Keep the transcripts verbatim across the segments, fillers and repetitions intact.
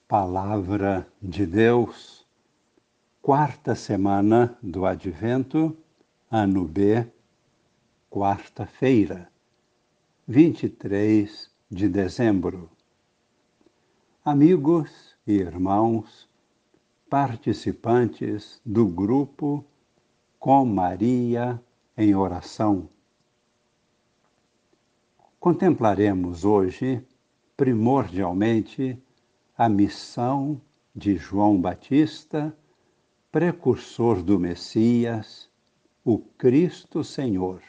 Palavra de Deus, quarta semana do Advento, ano B, quarta-feira, vinte e três de dezembro. Amigos e irmãos, participantes do grupo Com Maria em Oração. Contemplaremos hoje, primordialmente, a missão de João Batista, precursor do Messias, o Cristo Senhor.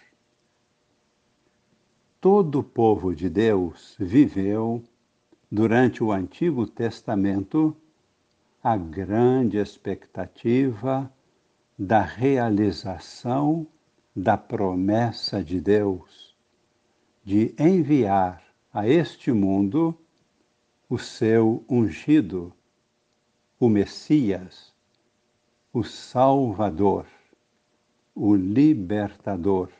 Todo o povo de Deus viveu, durante o Antigo Testamento, a grande expectativa da realização da promessa de Deus de enviar a este mundo o seu ungido, o Messias, o Salvador, o Libertador.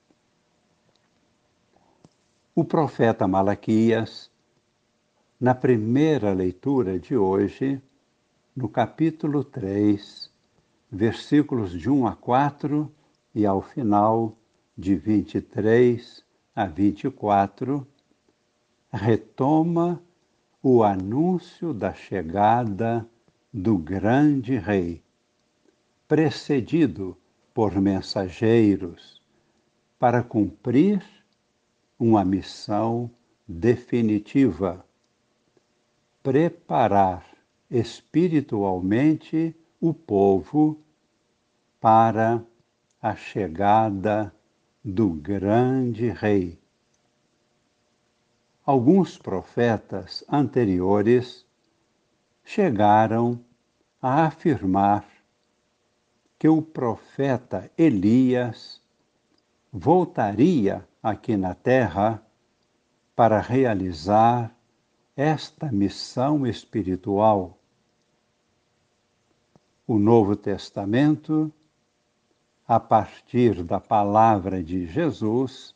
O profeta Malaquias, na primeira leitura de hoje, no capítulo três, versículos de um a quatro e ao final de vinte e três a vinte e quatro, retoma o anúncio da chegada do grande rei, precedido por mensageiros, para cumprir uma missão definitiva: preparar espiritualmente o povo para a chegada do grande rei. Alguns profetas anteriores chegaram a afirmar que o profeta Elias voltaria aqui na terra para realizar esta missão espiritual. O Novo Testamento, a partir da palavra de Jesus,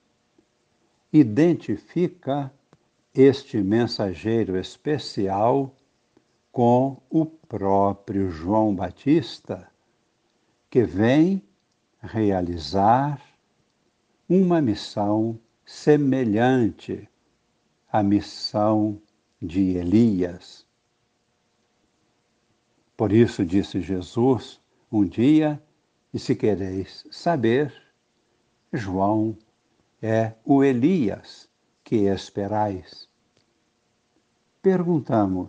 identifica este mensageiro especial com o próprio João Batista, que vem realizar uma missão semelhante à missão de Elias. Por isso disse Jesus um dia: e se quereis saber, João é o Elias que esperais. Perguntamos: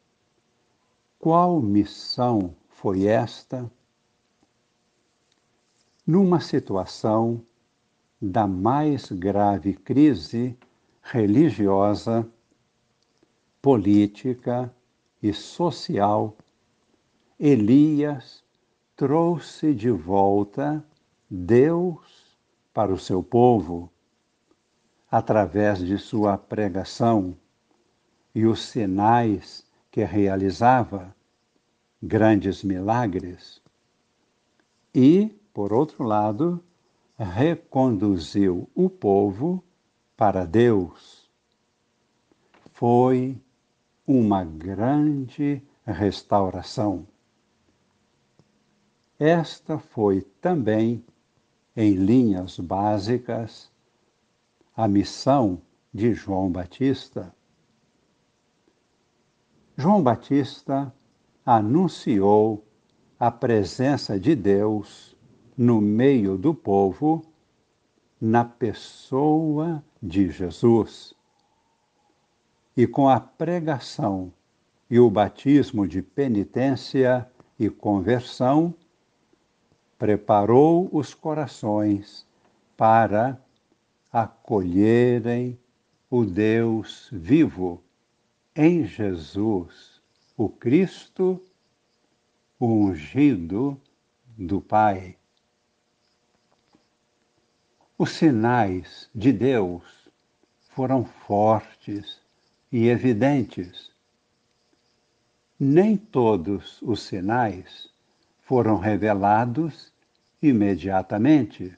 qual missão foi esta? Numa situação da mais grave crise religiosa, política e social, Elias trouxe de volta Deus para o seu povo, através de sua pregação e os sinais que realizava, grandes milagres. E, por outro lado, reconduziu o povo para Deus. Foi uma grande restauração. Esta foi também, em linhas básicas, a missão de João Batista. João Batista anunciou a presença de Deus no meio do povo, na pessoa de Jesus. E com a pregação e o batismo de penitência e conversão, preparou os corações para acolherem o Deus vivo em Jesus, o Cristo, o ungido do Pai. Os sinais de Deus foram fortes e evidentes. Nem todos os sinais foram revelados imediatamente.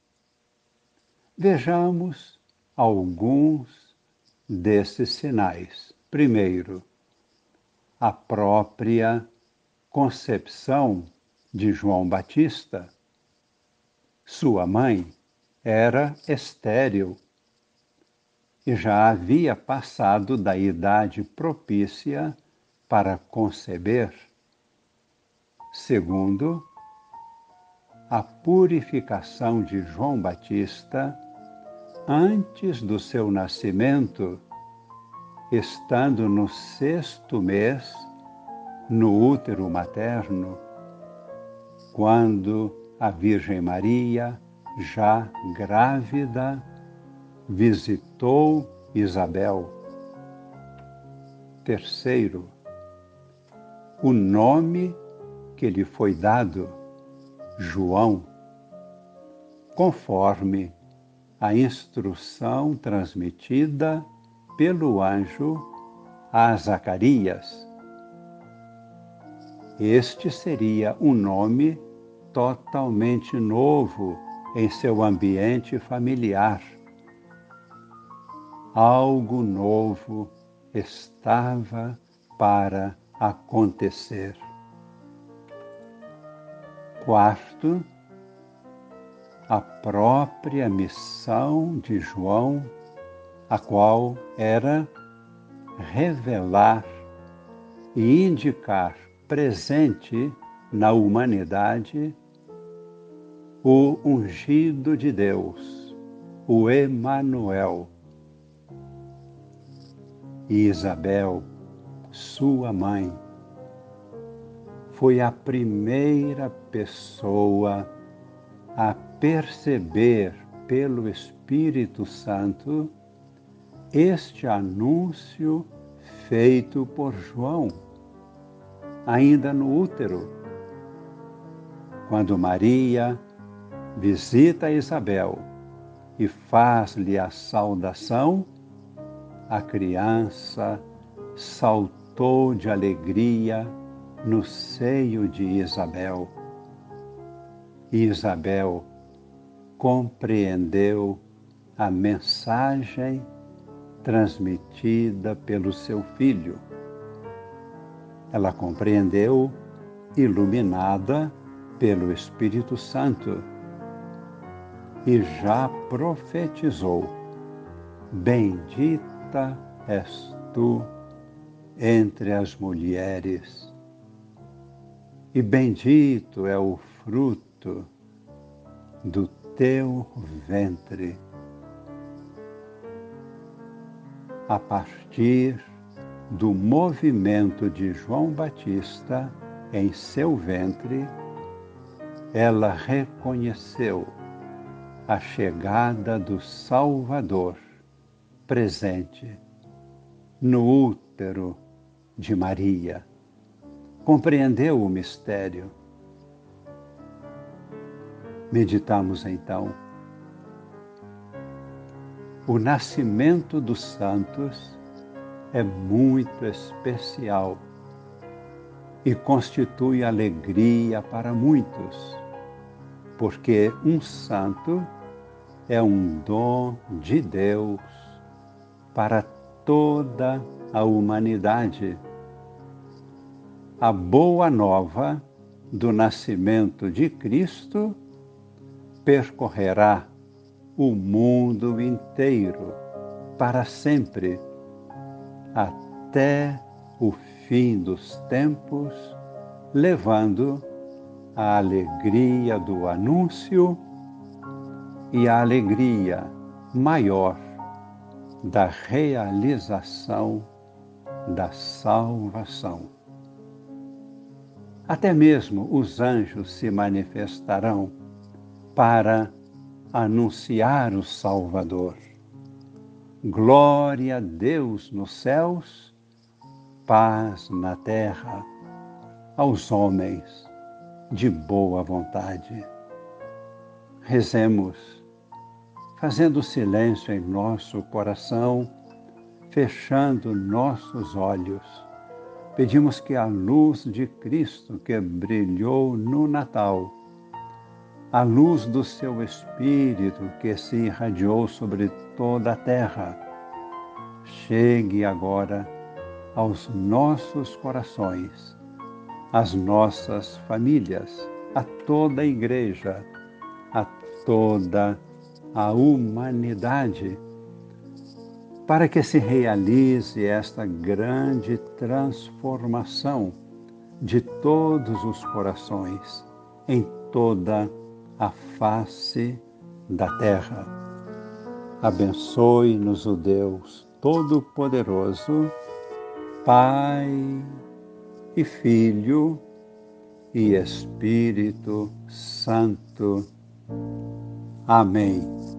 Vejamos alguns desses sinais. Primeiro, a própria concepção de João Batista. Sua mãe era estéril e já havia passado da idade propícia para conceber. Segundo, a purificação de João Batista antes do seu nascimento, estando no sexto mês, no útero materno, quando a Virgem Maria, já grávida, visitou Isabel. Terceiro, o nome que lhe foi dado, João, conforme a instrução transmitida pelo anjo a Zacarias. Este seria um nome totalmente novo em seu ambiente familiar. Algo novo estava para acontecer. Quarto, a própria missão de João, a qual era revelar e indicar presente na humanidade o ungido de Deus, o Emanuel. E Isabel, sua mãe, foi a primeira pessoa a perceber pelo Espírito Santo este anúncio feito por João, ainda no útero. Quando Maria visita Isabel e faz-lhe a saudação, a criança saltou de alegria no seio de Isabel. E Isabel compreendeu a mensagem transmitida pelo seu filho. Ela compreendeu, iluminada pelo Espírito Santo, e já profetizou: bendita és tu entre as mulheres, e bendito é o fruto do teu ventre. A partir do movimento de João Batista em seu ventre, ela reconheceu a chegada do Salvador presente no útero de Maria. Compreendeu o mistério. Meditamos então. O nascimento dos santos é muito especial e constitui alegria para muitos, porque um santo é um dom de Deus para toda a humanidade. A boa nova do nascimento de Cristo percorrerá o mundo inteiro para sempre, até o fim dos tempos, levando a alegria do anúncio e a alegria maior da realização da salvação. Até mesmo os anjos se manifestarão para anunciar o Salvador. Glória a Deus nos céus, paz na terra, aos homens de boa vontade. Rezemos, fazendo silêncio em nosso coração, fechando nossos olhos. Pedimos que a luz de Cristo que brilhou no Natal, a luz do seu Espírito que se irradiou sobre toda a terra, chegue agora aos nossos corações, às nossas famílias, a toda a igreja, a toda a humanidade, para que se realize esta grande transformação de todos os corações em toda a face da terra. Abençoe-nos o Deus Todo-Poderoso, Pai e Filho e Espírito Santo. Amém.